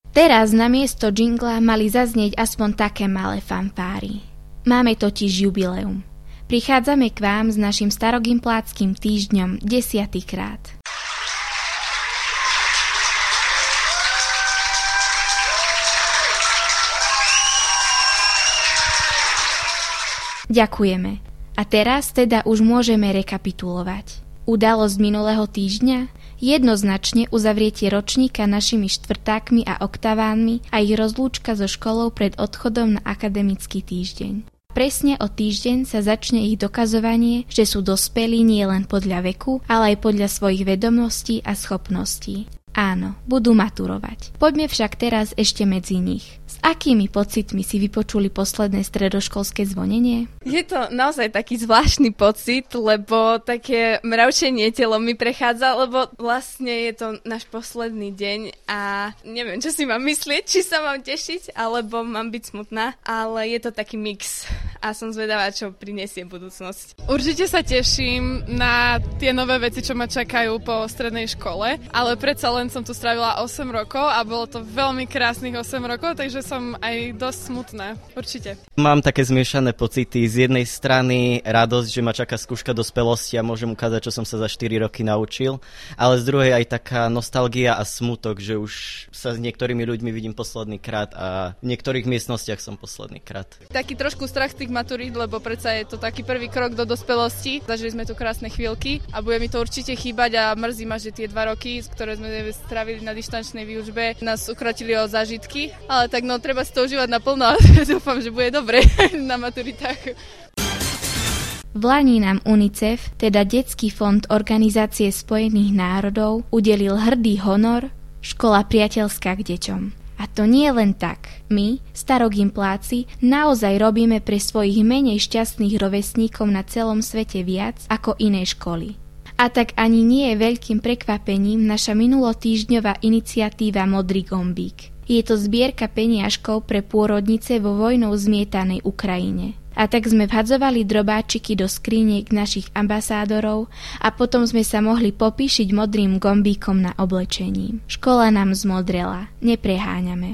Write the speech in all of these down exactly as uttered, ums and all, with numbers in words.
Teraz namiesto džingla mali zaznieť aspoň také malé fanfáry. Máme totiž jubileum. Prichádzame k vám s našim starogimpláckým týždňom desiatýkrát. Ďakujeme. A teraz teda už môžeme rekapitulovať. Udalosť minulého týždňa? Jednoznačne uzavretie ročníka našimi štvrtákmi a oktavánmi a ich rozlúčka so školou pred odchodom na akademický týždeň. Presne o týždeň sa začne ich dokazovanie, že sú dospelí nie len podľa veku, ale aj podľa svojich vedomostí a schopností. Áno, budú maturovať. Poďme však teraz ešte medzi nich. S akými pocitmi si vypočuli posledné stredoškolské zvonenie? Je to naozaj taký zvláštny pocit, lebo také mravčenie telo mi prechádza, lebo vlastne je to náš posledný deň a neviem, čo si mám myslieť, či sa mám tešiť, alebo mám byť smutná, ale je to taký mix a som zvedavá, čo prinesie budúcnosť. Určite sa teším na tie nové veci, čo ma čakajú po strednej škole, ale predsa len som tu strávila osem rokov a bolo to veľmi krásnych osem rokov, takže som aj dosť smutná. Určite. Mám také zmiešané pocity. Z jednej strany radosť, že ma čaká skúška dospelosti a môžem ukázať, čo som sa za štyri roky naučil, ale z druhej aj taká nostalgia a smutok, že už sa s niektorými ľuďmi vidím posledný krát a v niektorých miestnostiach som posledný krát. Taký trošku strach z tých maturít, lebo predsa je to taký prvý krok do dospelosti. Zažili sme tu krásne chvíľky a bude mi to určite chýbať a mrzí ma, že tie dva roky, ktoré sme strávili na dištančnej výučbe, nás ukrotili o zážitky, ale tak no treba si to užívať naplno a dúfam, že bude dobre na maturitách. V lani nám UNICEF, teda Detský fond Organizácie spojených národov, udelil hrdý honor Škola priateľská k deťom. A to nie len tak. My, starogimpláci, naozaj robíme pre svojich menej šťastných rovesníkov na celom svete viac ako iné školy. A tak ani nie je veľkým prekvapením naša minulotýždňová iniciatíva Modrý gombík. Je to zbierka peniažkov pre pôrodnice vo vojnou zmietanej Ukrajine. A tak sme vhadzovali drobáčiky do skriniek našich ambasádorov a potom sme sa mohli popíšiť modrým gombíkom na oblečení. Škola nám zmodrela, nepreháňame.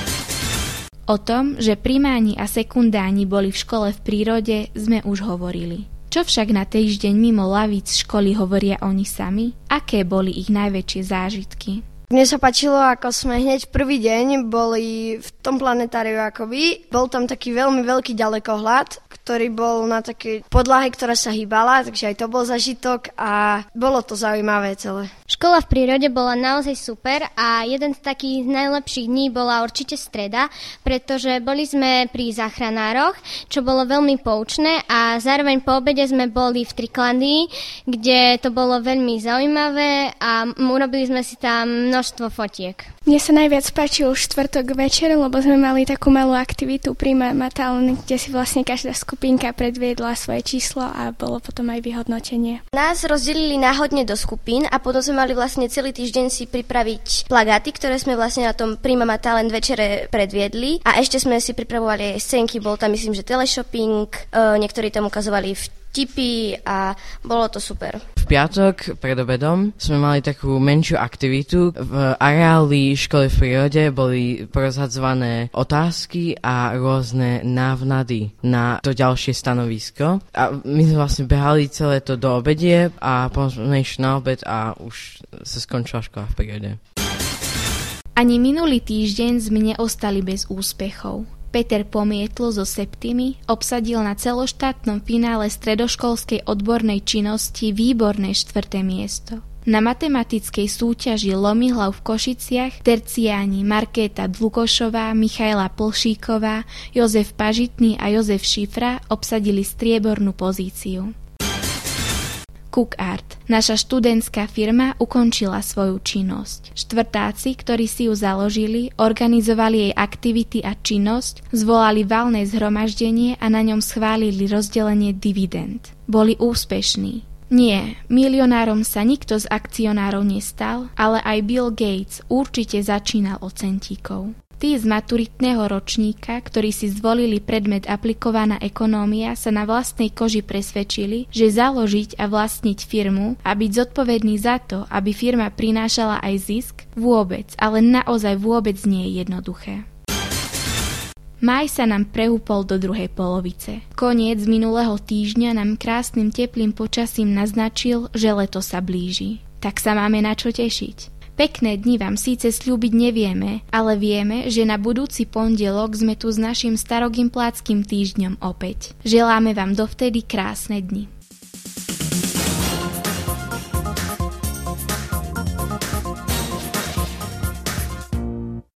O tom, že primáni a sekundáni boli v škole v prírode, sme už hovorili. Čo však na týždeň mimo lavíc školy hovoria oni sami? Aké boli ich najväčšie zážitky? Mne sa páčilo, ako sme hneď prvý deň boli v tom planetáriu akoby. Bol tam taký veľmi veľký ďalekohľad, ktorý bol na takej podlahe, ktorá sa hýbala, takže aj to bol zažitok a bolo to zaujímavé celé. Škola v prírode bola naozaj super a jeden z takých najlepších dní bola určite streda, pretože boli sme pri záchranároch, čo bolo veľmi poučné a zároveň po obede sme boli v Triklandii, kde to bolo veľmi zaujímavé a urobili sme si tam množstvo fotiek. Mne sa najviac páčil štvrtok večer, lebo sme mali takú malú aktivitu pri Mama Talent, kde si vlastne každá skupinka predviedla svoje číslo a bolo potom aj vyhodnotenie. Nás rozdelili náhodne do skupín a potom sme mali vlastne celý týždeň si pripraviť plagáty, ktoré sme vlastne na tom pri Mama Talent večere predviedli a ešte sme si pripravovali aj scénky, bol tam myslím, že teleshopping, niektorí tam ukazovali vtipy a bolo to super. V piatok pred obedom sme mali takú menšiu aktivitu. V areáli školy v prírode boli porozhadzované otázky a rôzne návnady na to ďalšie stanovisko. A my sme vlastne behali celé to do obedie a potom sme išli na obed a už sa skončila škola v prírode. Ani minulý týždeň sme neostali bez úspechov. Peter Pomietl zo Septimy obsadil na celoštátnom finále stredoškolskej odbornej činnosti výborné štvrté miesto. Na matematickej súťaži Lomihlav v Košiciach terciáni Markéta Dlukošová, Michaela Plšíková, Jozef Pažitný a Jozef Šifra obsadili striebornú pozíciu. Cook Art. Naša študentská firma ukončila svoju činnosť. Štvrtáci, ktorí si ju založili, organizovali jej aktivity a činnosť, zvolali valné zhromaždenie a na ňom schválili rozdelenie dividend. Boli úspešní. Nie, milionárom sa nikto z akcionárov nestal, ale aj Bill Gates určite začínal od centíkov. Tí z maturitného ročníka, ktorí si zvolili predmet aplikovaná ekonómia, sa na vlastnej koži presvedčili, že založiť a vlastniť firmu a byť zodpovedný za to, aby firma prinášala aj zisk, vôbec, ale naozaj vôbec nie je jednoduché. Máj sa nám prehúpol do druhej polovice. Koniec minulého týždňa nám krásnym teplým počasím naznačil, že leto sa blíži. Tak sa máme na čo tešiť. Pekné dni vám síce sľúbiť nevieme, ale vieme, že na budúci pondelok sme tu s našim starogimpláckým týždňom opäť. Želáme vám dovtedy krásne dni.